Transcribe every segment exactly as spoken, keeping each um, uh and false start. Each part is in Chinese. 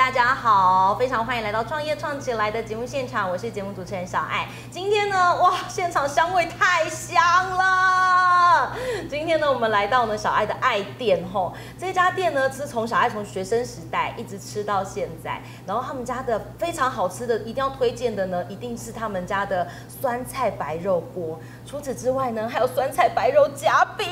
大家好，非常欢迎来到创业创起来的节目现场，我是节目主持人小爱。今天呢，哇，现场香味太香了。今天呢，我们来到呢小爱的爱店吼，这家店呢是从小爱从学生时代一直吃到现在，然后他们家的非常好吃的，一定要推荐的呢，一定是他们家的酸菜白肉锅。除此之外呢，还有酸菜白肉夹饼。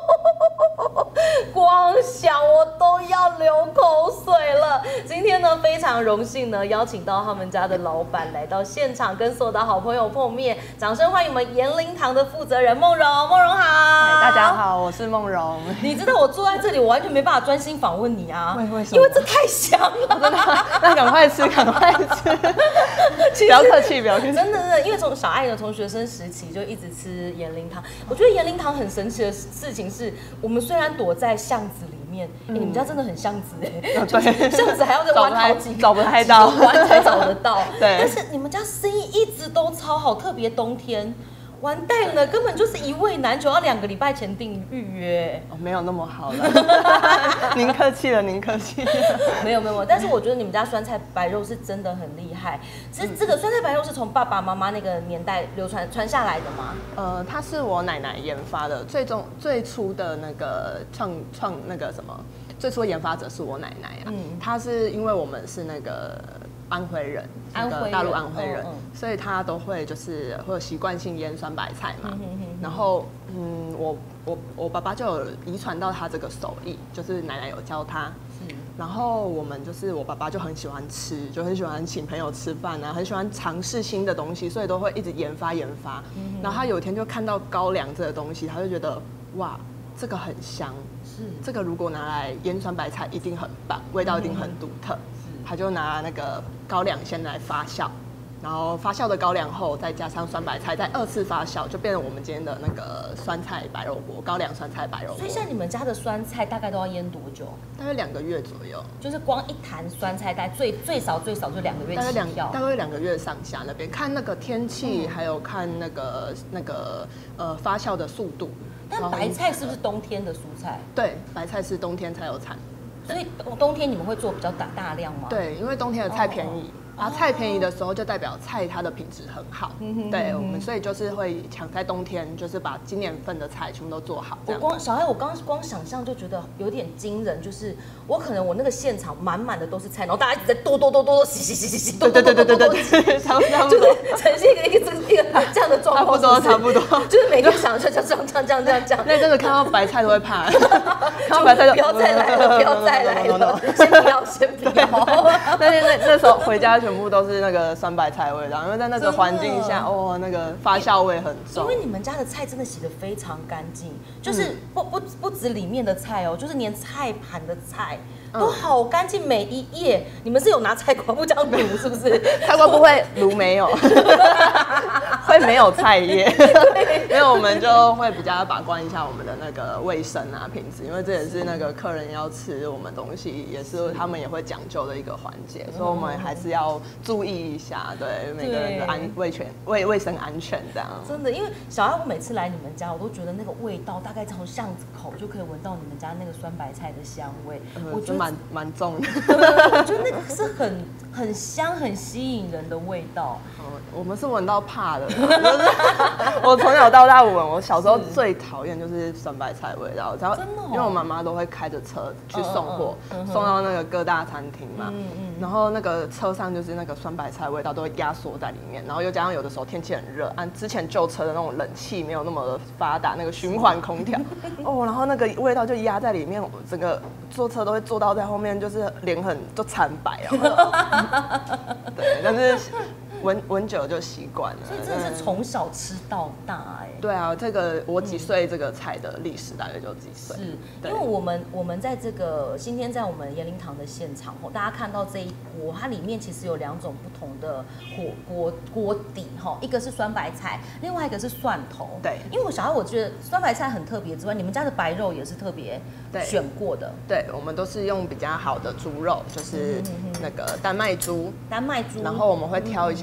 光想我都要流口水了。今天呢，非常荣幸呢，邀请到他们家的老板来到现场，跟所有的好朋友碰面。掌声欢迎我们延灵堂的负责人梦蓉，梦蓉好。 大家好，我是梦蓉。 你知道我坐在这里，我完全没办法专心访问你啊， 为为什么？ 因为这太香了。 真的，那赶快吃，赶快吃。不要客气，不要客气。 真的，真的，因为从小爱呢，从学生时期就一直吃延灵堂。我觉得延灵堂很神奇的事情是，我们虽然躲在巷子里面，哎、嗯欸，你们家真的很巷子哎、欸， 哦、对， 巷子还要再弯好几找不太到， 弯才找得到。 对， 但是你们家生意一直都超好，特别冬天。完蛋了，根本就是一位难求，要两个礼拜前订预约。 哦，没有那么好了，您客气了，您客气了。 没有没有，但是我觉得你们家酸菜白肉是真的很厉害。这这个酸菜白肉是从爸爸妈妈那个年代流传传下来的吗？ 呃，它是我奶奶研发的，最终最初的那个创创那个什么，最初的研发者是我奶奶啊。嗯，她是因为我们是那个。安徽人，那个大陆安徽人，嗯嗯、所以他都会就是会有习惯性腌酸白菜嘛。嗯哼哼哼然后，嗯，我我我爸爸就有遗传到他这个手艺，就是奶奶有教他。是。然后我们就是我爸爸就很喜欢吃，就很喜欢请朋友吃饭啊，很喜欢尝试新的东西，所以都会一直研发研发。嗯、然后他有一天就看到高粱这个东西，他就觉得哇，这个很香。是。这个如果拿来腌酸白菜，一定很棒，味道一定很独特。嗯他就拿那个高粱先来发酵，然后发酵的高粱后再加上酸白菜，再二次发酵，就变成我们今天的那个酸菜白肉锅，高粱酸菜白肉锅。 所以像你们家的酸菜大概都要腌多久？ 大概两个月左右。 就是光一坛酸菜，大概最最少最少就两个月起跳。 大概两大概两个月上下那边，看那个天气，嗯、还有看那个那个呃发酵的速度。 但白菜是不是冬天的蔬菜？ 对，白菜是冬天才有产。 所以冬天你们会做比较大大量吗？ 对，因为冬天的菜便宜，然后菜便宜的时候就代表菜它的品质很好。嗯、对，我们所以就是会抢在冬天，就是把今年份的菜全部都做好。 我光小孩，我刚光想象就觉得有点惊人，就是我可能我那个现场满满的都是菜，然后大家一直在剁剁剁剁剁洗洗洗洗洗， 对对对对对对，差不多， 就是呈现一个一个一个这样的状况， 差不多差不多， 就是每个想就这样这样这样这样这样这样。 那真的看到白菜都会怕，看到白菜就不要再来了，不要再来了，先不要先不要。 但是那那时候回家全部都是那个酸白菜味道，因为在那个环境下，哦，那个发酵味很重。 因为你们家的菜真的洗得非常干净，就是不不不止里面的菜哦，就是连菜盘的菜。都好干净，每一页。你们是有拿菜瓜布这样卤是不是？ 菜瓜布会卤没有，会没有菜叶，因为我们就会比较把关一下我们的那个卫生啊品质，因为这也是那个客人要吃我们东西，也是他们也会讲究的一个环节，所以我们还是要注意一下，对每个人的安卫全卫卫生安全这样。 真的，因为小爱我每次来你们家，我都觉得那个味道大概从巷子口就可以闻到你们家那个酸白菜的香味，我觉得。 蛮蛮重的， 我觉得那个是很很香、很吸引人的味道。 哦，我们是闻到怕的，就是我从小到大闻，我小时候最讨厌就是酸白菜味道，然后因为我妈妈都会开着车去送货，送到那个各大餐厅嘛，然后那个车上就是那个酸白菜味道都会压缩在里面，然后又加上有的时候天气很热，按之前旧车的那种冷气没有那么发达，那个循环空调，哦，然后那个味道就压在里面，我整个坐车都会坐到在后面，就是脸很就惨白啊。对，但是闻闻久就习惯了。 所以真的是从小吃到大哎。 对啊，这个我几岁这个菜的历史大概就几岁。 是，因为我们我们在这个今天在我们延灵堂的现场吼，大家看到这一锅，它里面其实有两种不同的火锅锅底哈，一个是酸白菜，另外一个是蒜头。 对， 因为我小孩我觉得酸白菜很特别之外，你们家的白肉也是特别选过的。 对，我们都是用比较好的猪肉，就是那个丹麦猪。 丹麦猪。 然后我们会挑一下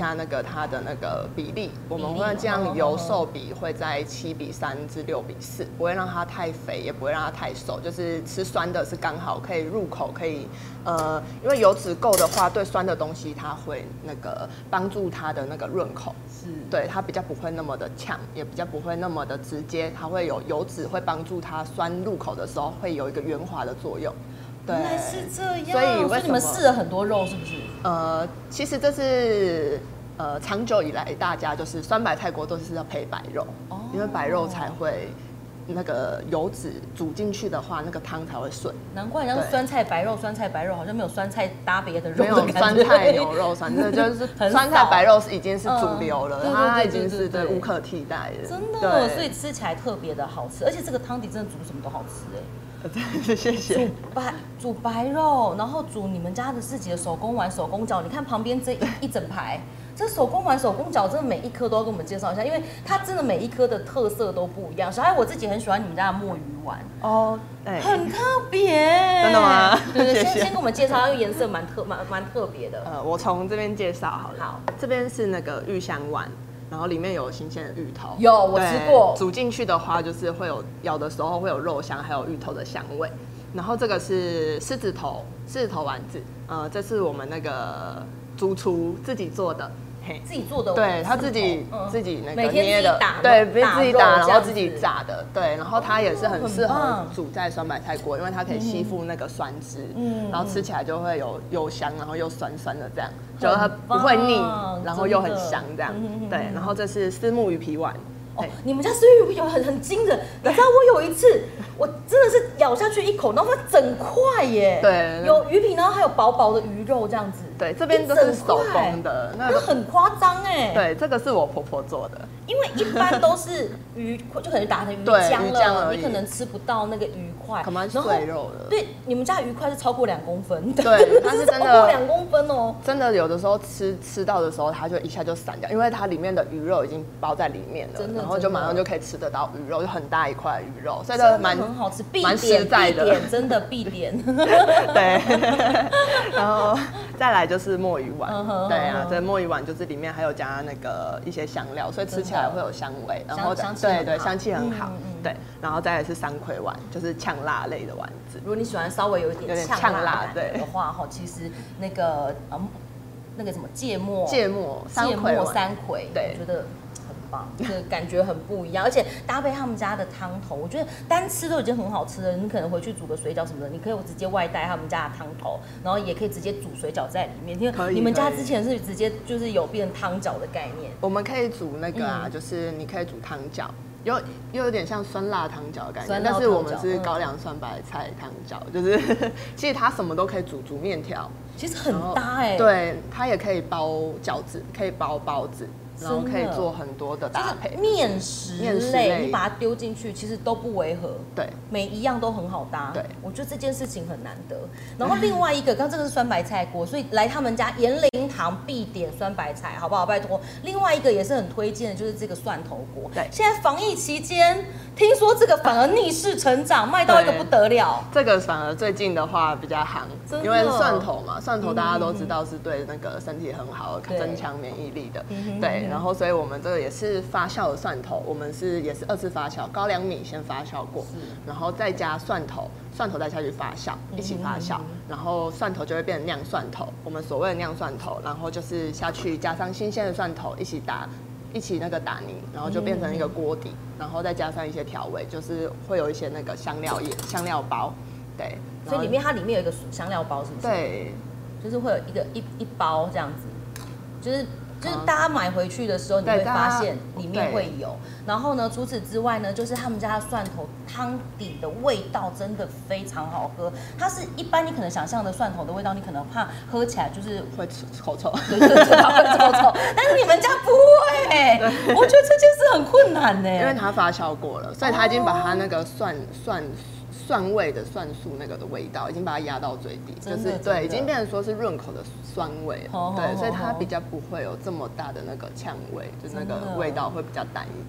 下那个它的那个比例，我们会这样油瘦比会在七比三至六比四，不会让它太肥，也不会让它太瘦，就是吃酸的是刚好可以入口，可以呃，因为油脂够的话，对酸的东西它会那个帮助它的那个润口，是对它比较不会那么的呛，也比较不会那么的直接，它会有油脂会帮助它酸入口的时候会有一个圆滑的作用。 原来是这样， 所以为什么你们试了很多肉是不是？ 呃，其实这是呃长久以来大家就是酸白菜锅都是要配白肉，哦、因为白肉才会那个油脂煮进去的话，那个汤才会顺。 难怪像酸菜白肉、酸菜白肉好像没有酸菜搭别的肉的， 没有酸菜牛肉，酸菜就是酸菜白肉是已经是主流了，嗯、它已经是对无可替代的， 真的，所以吃起来特别的好吃，而且这个汤底真的煮什么都好吃哎。 谢谢。 煮白煮白肉，然后煮你们家的自己的手工丸、手工饺。你看旁边这一一整排，这手工丸、手工饺真的每一颗都要跟我们介绍一下，因为它真的每一颗的特色都不一样。小孩我自己很喜欢你们家的墨鱼丸哦，哎，很特别。 真的吗？ 对对，先先跟我们介绍，因为颜色蛮特蛮蛮特别的。 呃，我从这边介绍好了。 好， 这边是那个玉香丸。然后里面有新鲜的芋头， 有我吃过。 煮进去的话，就是会有咬的时候会有肉香，还有芋头的香味。然后这个是狮子头，狮子头丸子，呃，这是我们那个主厨自己做的， 自己做的， 对他自己、嗯、自己那个捏的， 对，自己打，然后自己炸的，对，然后它也是很适合煮在酸白菜锅，因为它可以吸附那个酸汁，嗯，然后吃起来就会有又香，然后又酸酸的这样，就它不会腻，然后又很香这样，对，然后这是丝木鱼皮丸。 哦，你们家丝鱼有很很惊人，你知道我有一次，我真的是咬下去一口，然后它整块耶， 对， 有鱼皮，然后还有薄薄的鱼肉这样子， 对，这边都是手工的， 那个很夸张哎， 对，这个是我婆婆做的， 因为一般都是鱼，就可能打成鱼浆了，你可能吃不到那个鱼块， 可能碎肉的， 对，你们家鱼块是超过两公分， 对，它是真的超过两公分哦， 真的有的时候吃吃到的时候，它就一下就散掉，因为它里面的鱼肉已经包在里面了，真的。然后就马上就可以吃得到鱼肉，就很大一块鱼肉，所以它蛮很好吃， 蛮实在的， 真的必点。 对，然后再来就是墨鱼丸，对啊，这墨鱼丸就是里面还有加那个一些香料，所以吃起来会有香味，然后对对香气很好，对，然后再来是三葵丸，就是呛辣类的丸子。 如果你喜欢稍微有一点呛辣感的话，哈，其实那个嗯那个什么芥末芥末芥末三葵， 对， 我觉得。这感觉很不一样，而且搭配他们家的汤头，我觉得单吃都已经很好吃了。你可能回去煮个水饺什么的，你可以直接外带他们家的汤头，然后也可以直接煮水饺在里面。因为你们家之前是直接就是有变汤饺的概念。 我们可以煮那个啊，嗯、就是你可以煮汤饺，又又有点像酸辣汤饺的概念，但是我们是高粱酸白菜汤饺，嗯、就是其实它什么都可以煮，煮面条， 其实很搭哎、欸。 对，它也可以包饺子，可以包包子。然后可以做很多的搭配， 面食类，你把它丢进去，其实都不违和。 对， 每一样都很好搭。 对， 我觉得这件事情很难得。然后另外一个，刚这个是酸白菜锅，所以来他们家延龄堂必点酸白菜，好不好？拜托。另外一个也是很推荐的，就是这个蒜头锅。 对， 现在防疫期间，听说这个反而逆势成长，卖到一个不得了。 这个反而最近的话比较行，因为蒜头嘛，蒜头大家都知道是对那个身体很好，增强免疫力的。对。然后，所以我们这个也是发酵的蒜头，我们是也是二次发酵，高粱米先发酵过，然后再加蒜头，蒜头再下去发酵，一起发酵，然后蒜头就会变成酿蒜头。我们所谓的酿蒜头，然后就是下去加上新鲜的蒜头一起打，一起那个打泥，然后就变成一个锅底，然后再加上一些调味，就是会有一些那个香料叶、香料包，对。 所以里面它里面有一个香料包，是不是？ 对， 就是会有一个一一包这样子，就是。就是大家买回去的时候，你会发现里面会有。然后呢，除此之外呢，就是他们家的蒜头汤底的味道真的非常好喝。它是一般你可能想象的蒜头的味道，你可能怕喝起来就是会口臭， 对对对，它会臭臭。但是你们家不会，我觉得这件事很困难呢， 因为它发酵过了，所以它已经把它那个蒜蒜。蒜味的蒜素那个的味道，已经把它压到最低，就是对，已经变成说是润口的酸味了，对，所以它比较不会有这么大的那个呛味，就是那个味道会比较淡一点。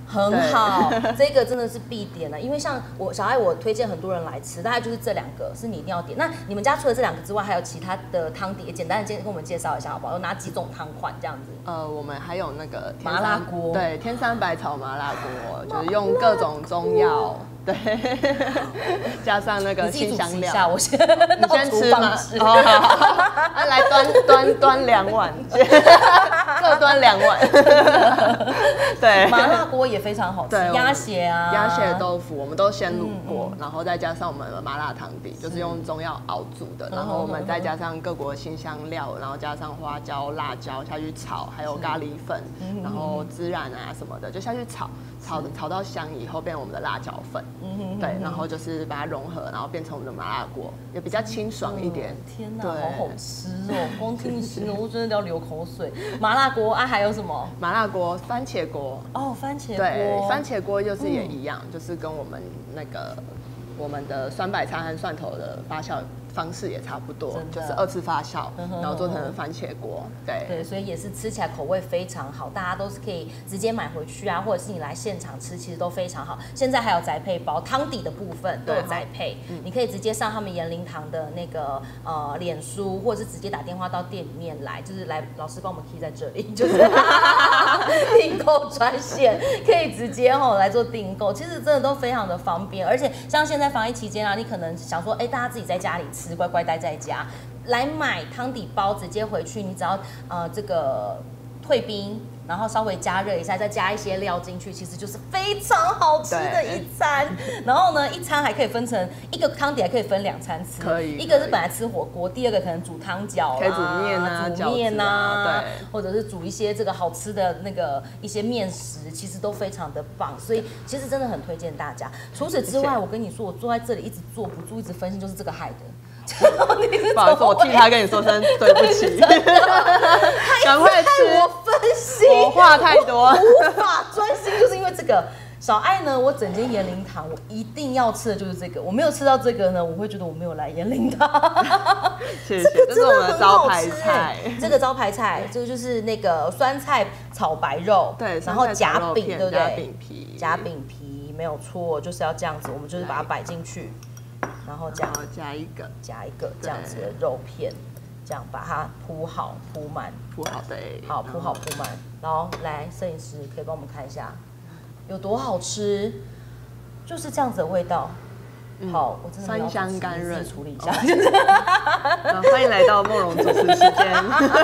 很好，这个真的是必点了，因为像我小爱，我推荐很多人来吃，大概就是这两个是你一定要点。那你们家除了这两个之外，还有其他的汤底，简单的跟我们介绍一下好不好？有哪几种汤款这样子？ 呃，我们还有那个麻辣锅， 对，天山百草麻辣锅，就是用各种中药。对，加上那个辛香料。 下我先， 你先吃吗？哦，好好，来端端端两碗，各端两碗。对， 麻辣锅也非常好吃，鸭血啊， 鸭血豆腐我们都先卤过，然后再加上我们的麻辣汤底，就是用中药熬煮的，然后我们再加上各国辛香料，然后加上花椒、辣椒下去炒，还有咖喱粉，然后孜然啊什么的，就下去炒，炒炒到香以后变成我们的辣椒粉。嗯，对，然后就是把它融合，然后变成我们的麻辣锅，也比较清爽一点。 天哪，好好吃哦！光听你形容，我真的要流口水。麻辣锅啊，还有什么？ 麻辣锅、番茄锅。 哦，番茄锅。 对，番茄锅就是也一样，嗯、就是跟我们那个我们的酸白菜和蒜头的发酵方式也差不多，就是二次发酵，然后做成番茄锅。对对，所以也是吃起来口味非常好，大家都是可以直接买回去啊，或者是你来现场吃，其实都非常好。现在还有宅配包，汤底的部分都有宅配，嗯、你可以直接上他们延灵堂的那个呃脸书，或者是直接打电话到店里面来，就是来老师帮我们 key 在这里，就是订购专线，可以直接吼来做订购，其实真的都非常的方便，而且像现在防疫期间啊，你可能想说，哎、欸，大家自己在家里吃。乖乖待在家，来买汤底包，直接回去，你只要呃这个退冰，然后稍微加热一下，再加一些料进去，其实就是非常好吃的一餐。然后呢，一餐还可以分成一个汤底，还可以分两餐吃。 可以， 一个是本来吃火锅，第二个可能煮汤饺啦， 可以煮面啊， 煮面啊， 对， 或者是煮一些这个好吃的那个一些面食，其实都非常的棒。所以其实真的很推荐大家。除此之外，我跟你说，我坐在这里一直坐不住，一直分心，就是这个害的。 不好意思，我替他跟你说声对不起。赶快吃， 我分心， 我话太多， 无法专心，就是因为这个。小爱呢，我整间延灵堂，我一定要吃的就是这个。我没有吃到这个呢，我会觉得我没有来延灵堂。 谢谢，这是我们的招牌菜。 这个招牌菜，这个就是那个酸菜炒白肉， 对， 然后夹饼，对不对？ 夹饼皮， 夹饼皮没有错，就是要这样子，我们就是把它摆进去。然后这样加一个， 加一个这样子的肉片，这样把它铺好铺满， 铺好对， 好铺好铺满。然后来，摄影师可以帮我们看一下，有多好吃，就是这样子的味道。好，我真的酸香甘润， 处理一下。 欢迎来到梦蓉主持时间。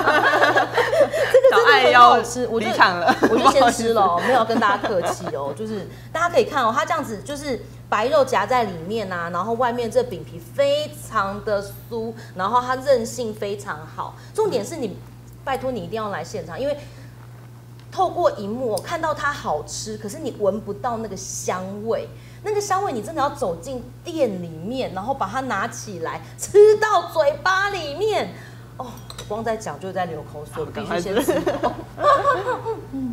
小爱要离场了， 我就先吃了，没有跟大家客气哦。就是大家可以看哦，它这样子就是白肉夹在里面啊，然后外面这饼皮非常的酥，然后它韧性非常好。重点是你，拜托你一定要来现场，因为透过荧幕我看到它好吃，可是你闻不到那个香味。那个香味，你真的要走进店里面，然后把它拿起来，吃到嘴巴里面。哦，光在讲就在流口水，我必须先吃。嗯，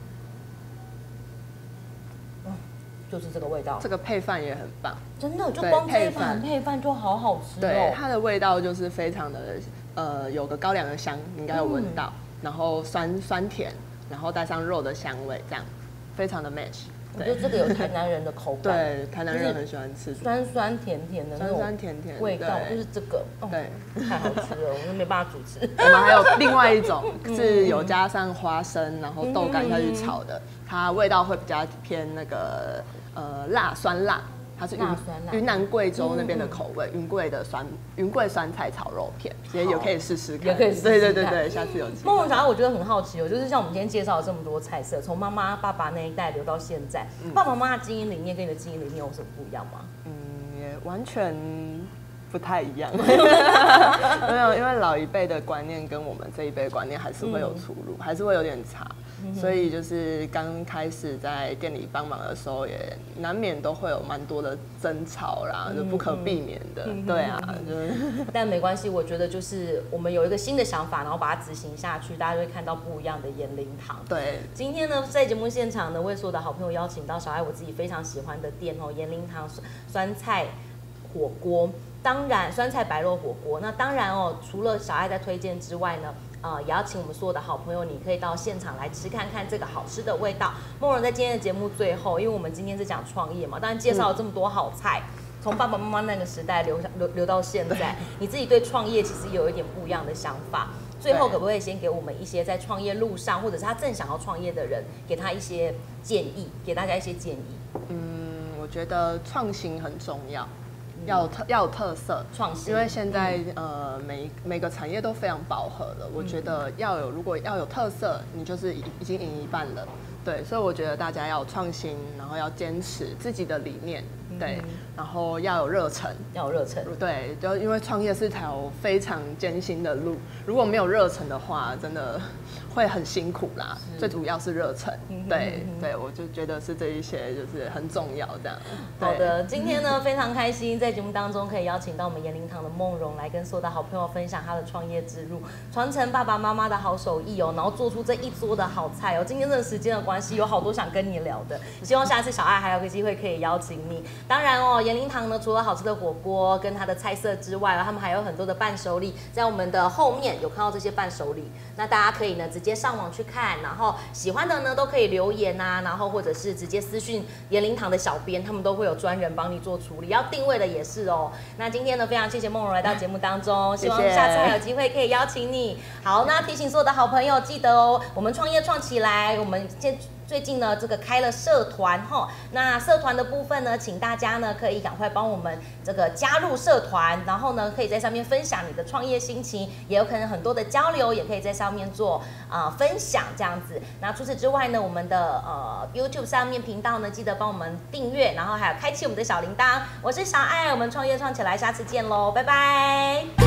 就是这个味道。 这个配饭也很棒， 真的，就光这一盘配饭就好好吃哦。 对，它的味道就是非常的，呃，有个高粱的香，你应该有闻到，嗯、然后酸酸甜，然后带上肉的香味，这样非常的 match。 我觉得这个有台南人的口感， 对，台南人很喜欢吃酸酸甜甜的那种酸酸甜甜味道，就是这个， 对， 太好吃了，我都没办法主持。 我们还有另外一种是有加上花生，然后豆干下去炒的，它味道会比较偏那个呃辣酸辣。它是云云南贵州那边的口味，云贵的酸云贵酸菜炒肉片，也有可以试试看， 也可以试试看。 对对对对，下次有机会。 梦蓉小爱，我觉得很好奇哦，就是像我们今天介绍了这么多菜色，从妈妈爸爸那一代留到现在，嗯、爸爸妈妈的经营理念跟你的经营理念有什么不一样吗？ 嗯，也完全不太一样。没有，因为老一辈的观念跟我们这一辈的观念还是会有出入，嗯、还是会有点差。所以就是刚开始在店里帮忙的时候，也难免都会有蛮多的争吵啦，就不可避免的。嗯、对啊，就是。 但没关系，我觉得就是我们有一个新的想法，然后把它执行下去，大家就会看到不一样的延灵堂。 对， 今天呢，在节目现场呢，为所有的好朋友邀请到小爱我自己非常喜欢的店哦，延灵堂酸菜火锅。当然，酸菜白肉火锅。那当然哦，除了小爱在推荐之外呢， 呃，也要请我们所有的好朋友，你可以到现场来吃看看这个好吃的味道。梦蓉在今天的节目最后，因为我们今天是讲创业嘛，当然介绍了这么多好菜。嗯，从爸爸妈妈那个时代留留留到现在，你自己对创业其实有一点不一样的想法。最后可不可以先给我们一些在创业路上，或者是他正想要创业的人，给他一些建议，给大家一些建议？嗯， 我觉得创新很重要，要有特要有特色， 创新。 因为现在、嗯、呃每每个产业都非常饱和了，我觉得要有如果要有特色，你就是已已经赢一半了。对，所以我觉得大家要有创新，然后要坚持自己的理念。对，然后要有热忱， 要有热忱。 对，就因为创业是条非常艰辛的路，如果没有热忱的话，真的会很辛苦啦。最主要是热忱，对对，我就觉得是这一些就是很重要这样。 好的，今天呢非常开心，在节目当中可以邀请到我们延龄堂的梦蓉来跟所有的好朋友分享她的创业之路，传承爸爸妈妈的好手艺哦，然后做出这一桌的好菜哦。今天这个时间的关系，有好多想跟你聊的，希望下次小爱还有个机会可以邀请你。当然哦，延龄堂呢，除了好吃的火锅跟它的菜色之外，他们还有很多的伴手礼，在我们的后面有看到这些伴手礼，那大家可以呢直接上网去看，然后喜欢的呢都可以留言啊，然后或者是直接私讯延龄堂的小编，他们都会有专人帮你做处理，要定位的也是哦。那今天呢，非常谢谢梦蓉来到节目当中，希望下次还有机会可以邀请你。好，那提醒所有的好朋友记得哦，我们创业创起来，我们先。最近呢，这个开了社团哈，那社团的部分呢，请大家呢可以赶快帮我们这个加入社团，然后呢可以在上面分享你的创业心情，也有可能很多的交流，也可以在上面做呃分享这样子。那除此之外呢，我们的呃 YouTube 上面频道呢，记得帮我们订阅，然后还有开启我们的小铃铛。我是小爱，我们创业创起来，下次见喽，拜拜。